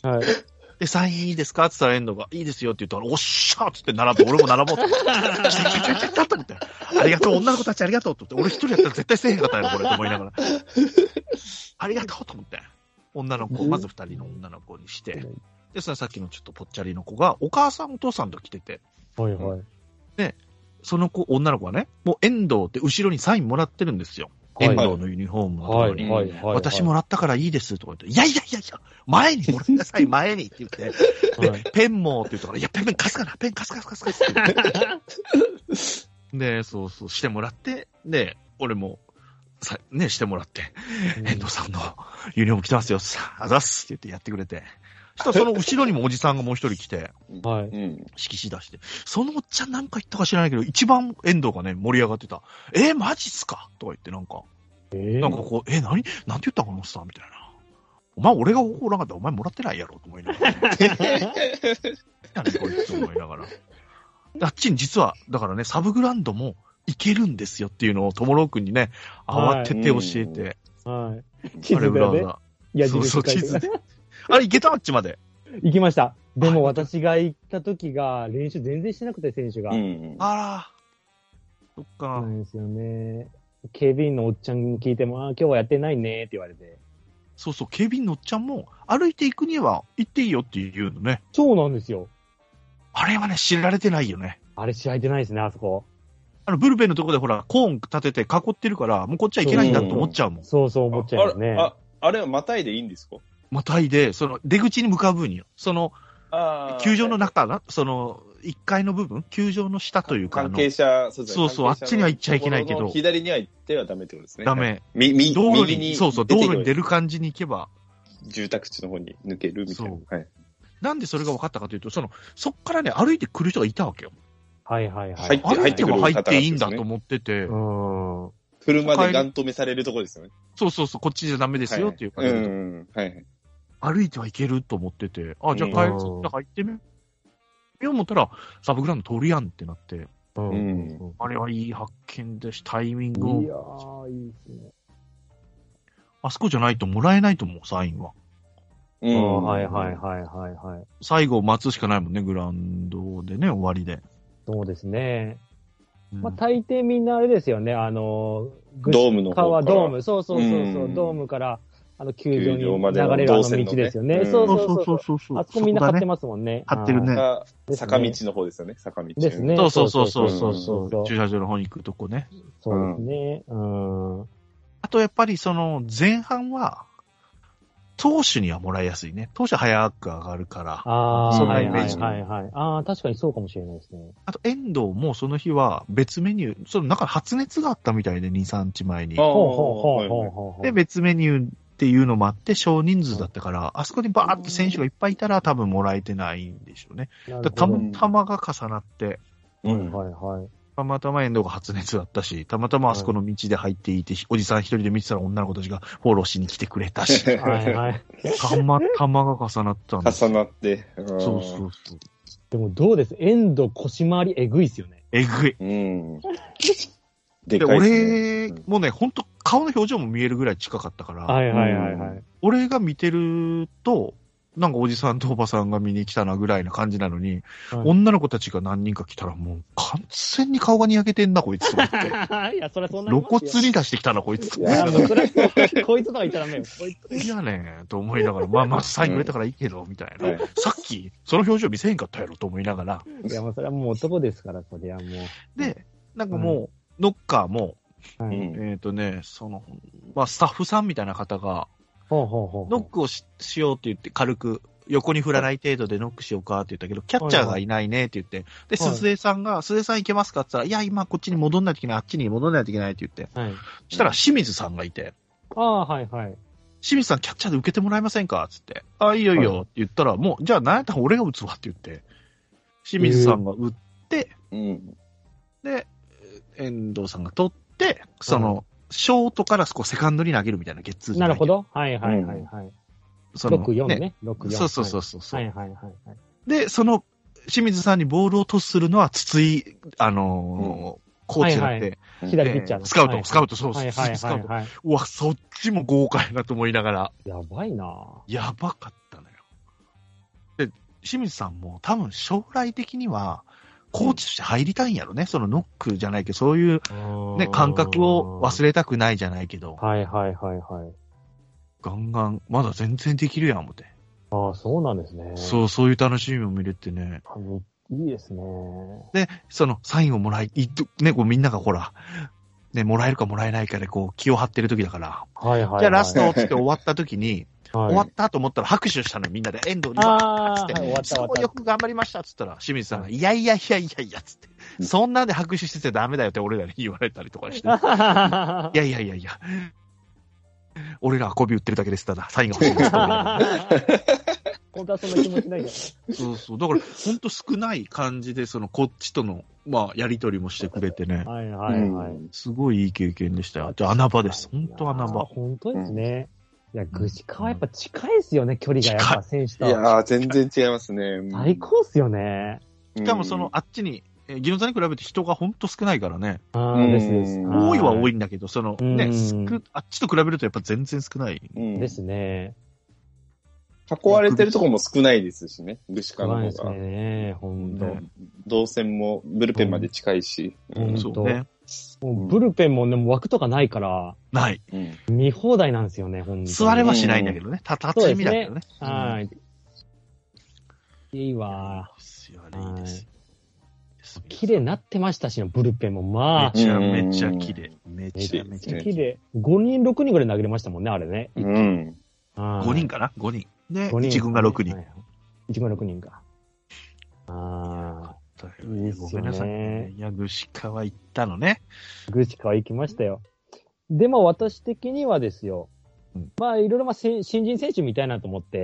はい。で、サインいいですかって言ったら遠藤が、いいですよって言ったら、おっしゃーって言って並ぶ。俺も並ぼうと思って。来た来た来た来たと思って。ありがとう、女の子たちありがとうと思って。俺一人やったら絶対せえへんかったやろ、これと思いながら。ありがとうと思って。女の子、まず二人の女の子にして。で、そのさっきのちょっとぽっちゃりの子が、お母さんお父さんと来てて。 はいはい。 で、その子、女の子はね、もう遠藤って後ろにサインもらってるんですよ。はい、遠藤のユニフォームのところに、はいはいはいはい。私もらったからいいですとか言って、いやいやいやいや、前にもらいなさい、前にって言って。で、はい、ペンもって言ったから、いや、ペンペン貸すかな、ペン貸す貸す貸す貸すって言って。で、そうそう、してもらって、で、俺も、さ、ね、してもらって、うん、遠藤さんのユニフォーム着てますよ、さあざっすって言ってやってくれて。そしたらその後ろにもおじさんがもう一人来て、 はい。 色紙出して。そのおっちゃんなんか言ったか知らないけど、一番遠藤がね、盛り上がってた。えー、マジっすかとか言ってなんか、えー、なんかこう、えー、何なんて言ったこのスターみたいな。お前俺がおらんかったらお前もらってないやろと思いながら。何こいつと思いながら。あっちに実は、だからね、サブグラウンドも行けるんですよっていうのを、ともろうくんにね、慌てて教えて。 はい。地図でね。 矢印そうそう、地図で。あれ、行けたあっちまで。 行きました。でも私が行った時が練習全然してなくて、選手が。うん、 あら。そっか。 そうなんですよね。警備員のおっちゃんに聞いても、あ、今日はやってないねって言われて。 そうそう、警備員のおっちゃんも歩いていくには行っていいよって言うのね。 そうなんですよ。 あれはね、知られてないよね。 あれ知られてないですね、あそこ。 あの、ブルペンのとこでほら、コーン立てて囲ってるから、もうこっちは行けないんだと思っちゃうもん。 そうそう思っちゃうよね。 あ、あ、あれはまたいでいいんですか？ またいで、その、出口に向かう分によ。その、球場の中な、その、いっかいの部分、球場の下というか。 関係者、 そうそう、そうあっちには行っちゃいけないけど。 左には行ってはダメってことですね。 ダメ。 み、み、 道路に、そうそう、道路に出る感じに行けば。 住宅地の方に抜けるみたいな。はい。 なんでそれが分かったかというと、その、そっからね、歩いてくる人がいたわけよ。 はいはいはい。 歩いては入っていいんだと思ってて。うん。 車でガン止めされるところですよね。 そうそうそう、こっちじゃダメですよっていう感じで、はいうん。はい。歩いてはいけると思ってて、あ、じゃあ帰る、じゃあ入ってみよう思ったら、サブグラウンド通るやんってなって。うん。あれはいい発見でし、タイミングを。 いやー、いいですね。 あそこじゃないともらえないと思う、サインは。 うん。はいはいはいはいはい。 最後待つしかないもんね、グラウンドでね、終わりで。 そうですね。うん、まあ、大抵みんなあれですよね、あの、 ドームの方から。 ドーム、そうそうそうそう、うん、ドームから、あの、球場に流れるあの道ですよね。ねそうそうそうそうそう。あそこみんな張ってますもんね。 張ってるね。 坂道の方ですよね、坂道。 ですね。 そうそうそうそうそう。駐車場の方に行くとこね。 そうですね。うん。 あとやっぱりその前半は、投手にはもらいやすいね。投手は早く上がるから。 ああ、そんなイメージ。はいはいはい、はい。ああ、確かにそうかもしれないですね。 あと、遠藤もその日は別メニュー、その中発熱があったみたいで、に、さんにちまえに。ほうほうほうほうほう。で、別メニューっていうのもあって、少人数だったから、あそこにバーって選手がいっぱいいたら多分もらえてないんでしょうね。たまたまが重なって、 うん、はいはい。 たまたま遠藤が発熱だったし、たまたまあそこの道で入っていて、はい、おじさん一人で見てたら女の子たちがフォローしに来てくれたし。はいはい。たまたまが重なったんです。 重なって。 そうそうそう。 でもどうです遠藤腰回りえぐいっすよね。 えぐい。うん。でかいっすね。俺もね、ほんと顔の表情も見えるぐらい近かったから。 はいはいはいはい。 俺が見てると、なんかおじさんとおばさんが見に来たなぐらいな感じなのに、はい、女の子たちが何人か来たらもう完全に顔がにやけてんな、こいつと思って。 いや、それそんな露骨に出してきたな、こいつ。 いや、もうそれ、こいつとは言ったらダメよ。こいつ。 いやねと思いながら、まあまあサインくれたからいいけど、みたいな、はい。さっき、その表情見せへんかったやろと思いながら。 いや、もうそれはもう男ですから、そりゃもう。 で、なんかもう、うん、ノッカーも、はい、えっ、ー、とね、その、まあスタッフさんみたいな方が、 ほうほうほうノックを し, しようって言って軽く横に振らない程度でノックしようかって言ったけど、キャッチャーがいないねって言って、で、鈴江さんが、鈴江さん行けますかって言ったら、いや、今こっちに戻んないといけない、あっちに戻んないといけないって言って、はい、そしたら清水さんがいて、 ああ、はいはい。 清水さんキャッチャーで受けてもらえませんかつって、ああ、いいよいいよって言ったら、もう、じゃあ何やったら俺が打つわって言って、清水さんが打って、えー、で、遠藤さんが取って、その、はいショートからこうセカンドに投げるみたいなゲッツーじゃないなるほど。はいはいはいはい。うん、そのろくよんね。ろくよん。 そうそうそうそう。 はいはいはい、はい。 で、その清水さんにボールをトスするのは筒井、あのーうん、コーチだって、はいはい、 左ピッチャーの、 えー、スカウト、はいはい、スカウト、そうそう、 はいはいはいはい、 スカウト。うわ、そっちも豪快なと思いながら。 やばいなやばかったのよ。で、清水さんも多分将来的には、コーチとして入りたいんやろね。そのノックじゃないけど、そういう、ね、感覚を忘れたくないじゃないけど。 はいはいはいはい。 ガンガン、まだ全然できるやん、思って。 ああ、そうなんですね。 そう、そういう楽しみも見れてね。 いいですね。 で、そのサインをもらい、ね、こうみんながほら、ね、もらえるかもらえないかでこう気を張ってる時だから。 はいはい、はい。 じゃあラストって終わった時に、はい、終わったと思ったら拍手したのみんなで、遠藤にわーっつって、はい、そうよく頑張りましたっつったら、清水さんが、いやいやいやいやいやっつって、うん、そんなんで拍手しててダメだよって俺らに言われたりとかして。いやいやいやいや、俺らは媚び売ってるだけです、ただ、サインが欲しいです。 本当はそんな気持ちないじゃん。 そうそう。だから、ほんと少ない感じで、その、こっちとの、まあ、やりとりもしてくれてね。 はいはいはい。 すごいいい経験でしたよ。じゃあ、穴場です。本当穴場。 本当ですね。いや、ぐしかはやっぱ近いですよね、距離がやっぱ選手と。 いやー、全然違いますね。 最高っすよね。 しかもその、あっちに、ギノザに比べて人がほんと少ないからね。 ああ、ですです。 多いは多いんだけど、その、ね、少、あっちと比べるとやっぱ全然少ない。 ですね。 囲われてるところも少ないですしね、ぐしかの方が。 そうですね、ほんと。 動線もブルペンまで近いし。 うん、そうね。もうブルペンもね、もう枠とかないから。 ない。 見放題なんですよね、ほんと。 座れはしないんだけどね。た、立ち見だけどね。 はい。いいわ。 いいです。 綺麗になってましたし、ブルペンもまあ。 めちゃめちゃ綺麗。めちゃめちゃ綺麗。ごにん、ろくにんぐらい投げれましたもんね、あれね。 うん。 ごにんかな ?ご 人。で、いち軍がろくにん。 いち軍がろくにんか。ああ。 いいですよね。ごめんなさい。いや、ぐしかわ行ったのね。 ぐしかわ行きましたよ。でも私的にはですよ。うん、まあ、いろいろまあ新人選手みたいなと思って、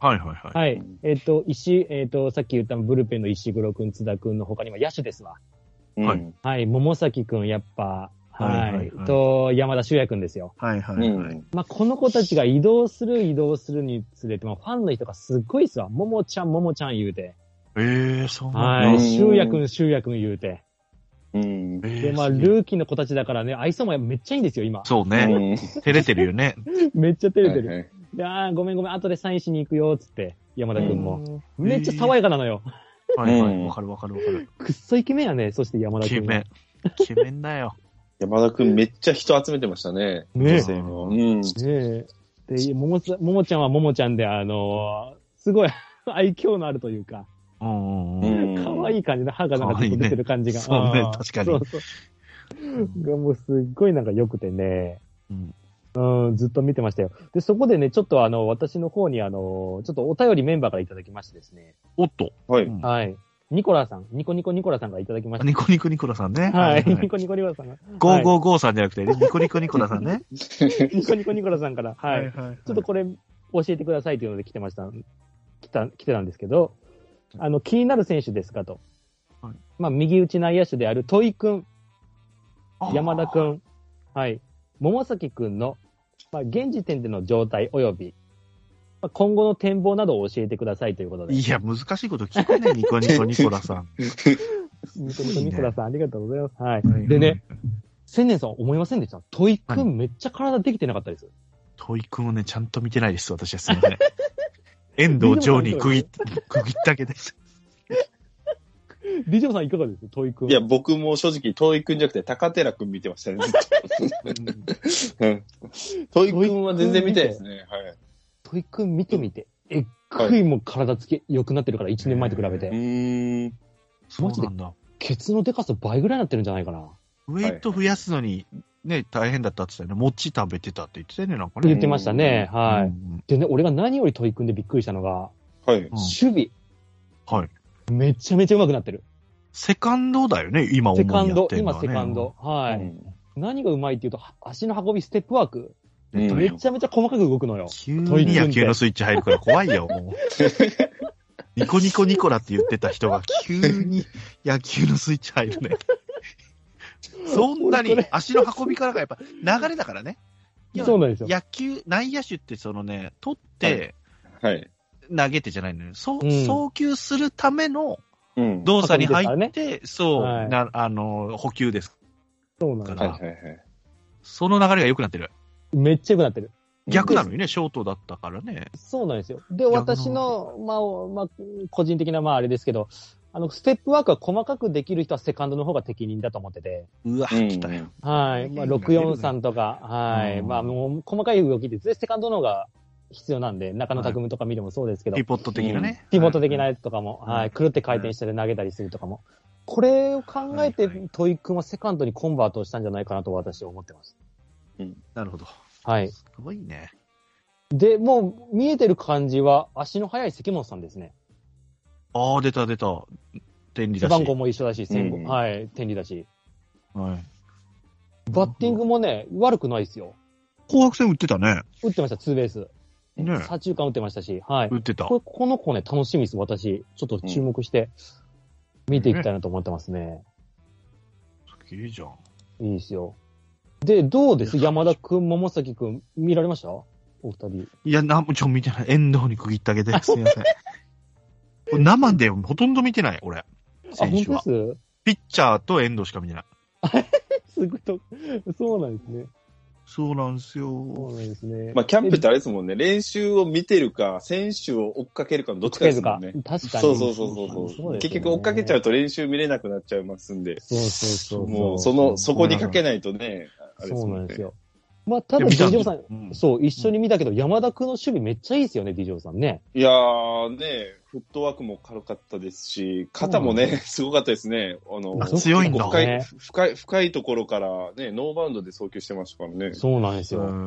はいはいはい。 はい。えっ、ー、と、石、えっ、ー、と、さっき言ったブルペンの石黒くん、津田くんの他には野手ですわ。 はい。 はい。桃崎くん、やっぱ、はい。はいはいはい、と、山田修也くんですよ。 はいはいはい。 まあ、この子たちが移動する移動するにつれて、まあ、ファンの人がすっごいっすわ。桃ちゃん、桃ちゃん言うて。 ええー、そうなんだ。はい。修也くん、修也くん言うて。 うん。 で、まあ、ルーキーの子たちだからね、愛想もめっちゃいいんですよ、今。 そうね。照れてるよね。 めっちゃ照れてる。はいはい、で、あーごめんごめん、後でサインしに行くよ、つって、山田くんも。めっちゃ爽やかなのよ。 はいはい、わかるわかるわかる。 くっそイケメンやね、そして山田くん。 イケメン。イケメンだよ。 山田くんめっちゃ人集めてましたね。 ね女性も。うん。ねえ。で、もも、ももちゃんはももちゃんで、あのー、すごい愛嬌のあるというか。 うんうん。かわいい感じで、歯がなんか出てる感じが。 そうね、確かに。そうそう。 がもうすっごいなんか良くてね。 うん。 うん、ずっと見てましたよ。で、そこでね、ちょっとあの、私の方にあの、ちょっとお便りメンバーからいただきましてですね。 おっと。 はい。 はい。ニコラさん、ニコニコニコラさんがいただきました。 ニコニコニコラさんね。 はい。ニコニコニコラさんが。 ごーごーごーさんじゃなくて、ニコニコニコラさんね。 ニコニコニコラさんから、はい。ちょっとこれ教えてくださいというので来てました。来た、来てたんですけど、あの、気になる選手ですかと。はい、まあ、右打ち内野手である戸井くん、山田くん、はい。桃崎くんの、まあ、現時点での状態及び、まあ、今後の展望などを教えてくださいということで。 いや、難しいこと聞くね、ニコニコニコラさん。 ニコニコニコラさん、ありがとうございます。はい。はい、でね、千年さん思いませんでした戸井くんめっちゃ体できてなかったです。 戸井くんをね、ちゃんと見てないです、私はすみません。遠藤城に区切っ、区切ったけです。 ディジョーさんいかがです戸井くん。 いや、僕も正直、戸井くんじゃなくて、高寺くん見てましたね、ずっと。戸井くんは全然見てないですね。はい。 戸井くん見てみて。えっくいも体つき良くなってるから、いちねんまえと比べて。 うーん。 そうなんだ。 ケツのデカさ倍ぐらいになってるんじゃないかな。 ウェイト増やすのに、ね、大変だったって言ってたよね。餅食べてたって言ってたよね、なんかね。 言ってましたね。はい。でね、俺が何より戸井くんでびっくりしたのが、 はい。 守備。 はい。 めちゃめちゃ上手くなってる。 セカンドだよね、今思いやってるのは、ね。セカンド、 今セカンド。はい。うん、何が上手いっていうと、足の運び、ステップワーク。 うん、 めちゃめちゃ細かく動くのよ。 急に野球のスイッチ入るから怖いよ、もう。ニコニコニコラって言ってた人が急に野球のスイッチ入るね。そんなに足の運びからがやっぱ流れだからね。 そうなんですよ。 野球、内野手ってそのね、取って、 はい。 投げてじゃないのよ。そ、 うん、 送球するための動作に入って、ね、そう、はい、な、あの、補給です。 そうなんだ。 はいはいはい。 その流れが良くなってる。 めっちゃ良くなってる。 逆なのにね、ショートだったからね。 そうなんですよ。で、私の、まあ、まあ、個人的な、まああれですけど、あの、ステップワークは細かくできる人はセカンドの方が適任だと思ってて。 うわ、来たよ。 はい。まあ、ろくよんさんとか、はい。まあ、もう、細かい動きで、セカンドの方が必要なんで、中野拓夢とか見てもそうですけど。 ピポット的なね。 ピポット的なやつとかも、はい。くるって回転して投げたりするとかも。これを考えて、戸井くんはセカンドにコンバートしたんじゃないかなと私は思ってます。 うん。なるほど。 はい。 すごいね。 で、もう見えてる感じは足の速い関本さんですね。 ああ、出た出た。天理だし。 背番号も一緒だし、戦後、うん、はい、天理だし。 はい。 バッティングもね、悪くないですよ。 紅白戦打ってたね。 打ってました、ツーベース。 ね。 左中間打ってましたし、はい。 打ってた。 こ, この子ね、楽しみです、私。ちょっと注目して、見ていきたいなと思ってますね。ねすげえじゃん。 いいですよ。で、どうです山田くん、桃崎くん、見られましたお二人。 いや、なんもちょ、見てない。遠藤に区切ってあげて。すみません。生でほとんど見てない、俺。選手は。 あ、本当です？ ピッチャーと遠藤しか見てない。 すごいと、そうなんですね。 そうなんですよ。 そうなんですね。 まあ、キャンプってあれですもんね。練習を見てるか、選手を追っかけるかのどっちかですもんね。 確かに。 そうそうそうそうそうそう、ね。結局追っかけちゃうと練習見れなくなっちゃいますんで。 そうそうそう。 もう、その、そこにかけないとね。 あれですもんね。そうなんですよ。まあ、ただ、ディジョーさん、うん、そう、一緒に見たけど、うん、山田くんの守備めっちゃいいですよね、ディジョーさんね。 いやー、ね、フットワークも軽かったですし、肩もね、うん、すごかったですね。あの、 強いんだ深い、深い、深いところからね、ノーバウンドで送球してましたからね。 そうなんですよ。 うん。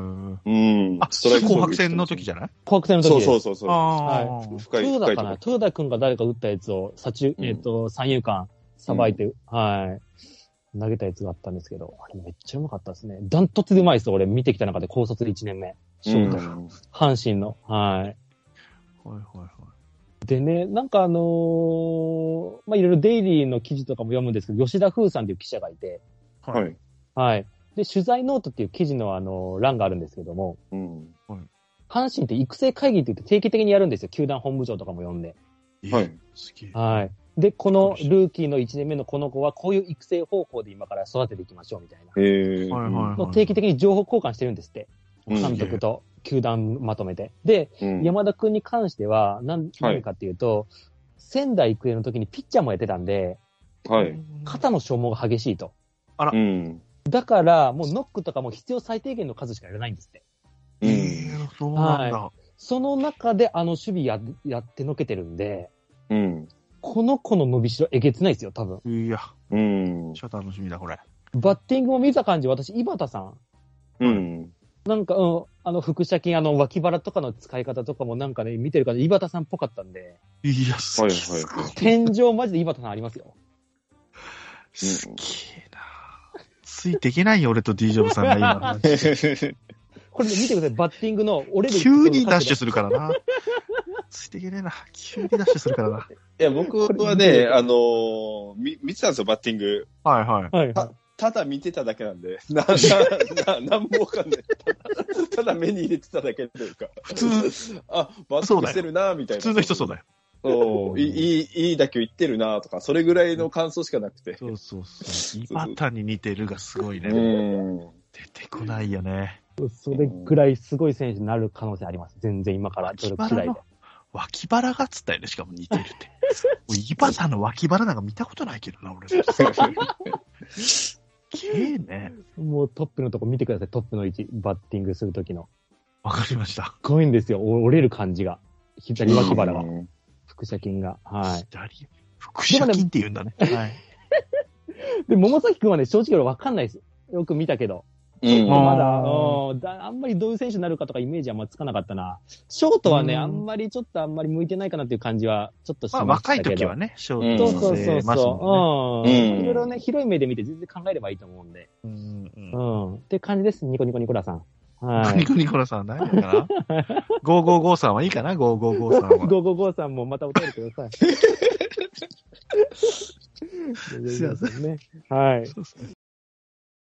あ、ストライク紅白戦の時じゃない紅白戦の時です。 そうそうそうそう。 はい。深い、深い。豊田かな豊田くんが誰か打ったやつを、左中、えっと、三遊間、さばいて、はい。投げたやつがあったんですけど、あれめっちゃうまかったですね。ダントツでうまいです、俺見てきた中で高卒いちねんめ。ショート。阪神の。はい。 はいはいはい。 でね、なんかあのー、まあ、いろいろデイリーの記事とかも読むんですけど、吉田風さんっていう記者がいて、 はい。 はい。で、取材ノートっていう記事のあの、欄があるんですけども、うん。はい。阪神って育成会議って言って定期的にやるんですよ。球団本部長とかも呼んで。 はい。 すげえ。 はい。で、このルーキーのいちねんめのこの子はこういう育成方法で今から育てていきましょうみたいな。 へえ。 の定期的に情報交換してるんですって。監督と球団まとめて。で、うん、山田くんに関しては何、何かっていうと、はい、仙台育英の時にピッチャーもやってたんで、 はい。 肩の消耗が激しいと。 あら。うん。 だから、もうノックとかも必要最低限の数しかやらないんですって。 うん。えー、そうなんだ。はい。 その中であの守備や、やってのけてるんで、 うん。 この子の伸びしろえげつないですよ、多分。 いや。 うん。 ちょっと楽しみだ、これ。 バッティングも見た感じ、私、井端さん。 うん。 なんか、うん、あの、腹斜筋、あの、脇腹とかの使い方とかもなんかね、見てるから、井端さんっぽかったんで。 いや、すげえ。 はいはい。 天井マジで井端さんありますよ。 すげえな。ついていけないよ、俺と D ジョブさんが今。 これ、ね、見てください、バッティングの、俺で。 急にダッシュするからな。ついていけねえな。急にダッシュするからな。 いや、僕はね、あのー、み、見てたんですよ、バッティング。 はいはい。 はい、 た、ただ見てただけなんで、な、な、な、なんもわかんない。ただ目に入れてただけというか。 普通。 あ、バッティングしてるな、みたいな。 普通の人そうだよ。 そう、いい、いい打球いってるな、とか、それぐらいの感想しかなくて。 そうそうそう。井端に似てるがすごいね。 うん。 出てこないよね。 それぐらいすごい選手になる可能性あります。全然今から努力次第で。 脇腹がっつったよね、しかも似てるって。井端の脇腹なんか見たことないけどな、俺。すげえね。 もうトップのとこ見てください、トップの位置、バッティングするときの。 わかりました。 すごいんですよ、折れる感じが。左脇腹が。腹斜筋が。はい。 左腹斜筋って言うんだね。はい。 で、桃崎くんはね、正直俺わかんないです。よく見たけど。うん、まだ、うん、だ、あんまりどういう選手になるかとかイメージはあんまつかなかったな。ショートはね、あんまりちょっとあんまり向いてないかなっていう感じはちょっとしましたけど。 まあ、若い時はね、ショート、 そうそうそうそう、ね。うん。いろいろね、広い目で見て全然考えればいいと思うんで。うん。うん。って感じです、ニコニコニコラさん。 はい。ニコニコラさん、大丈夫かなごーごーごー さんはいいかな ?ごーごーごー さんは。 ごーごーごー さんもまたお便りください。すいませんね。はい。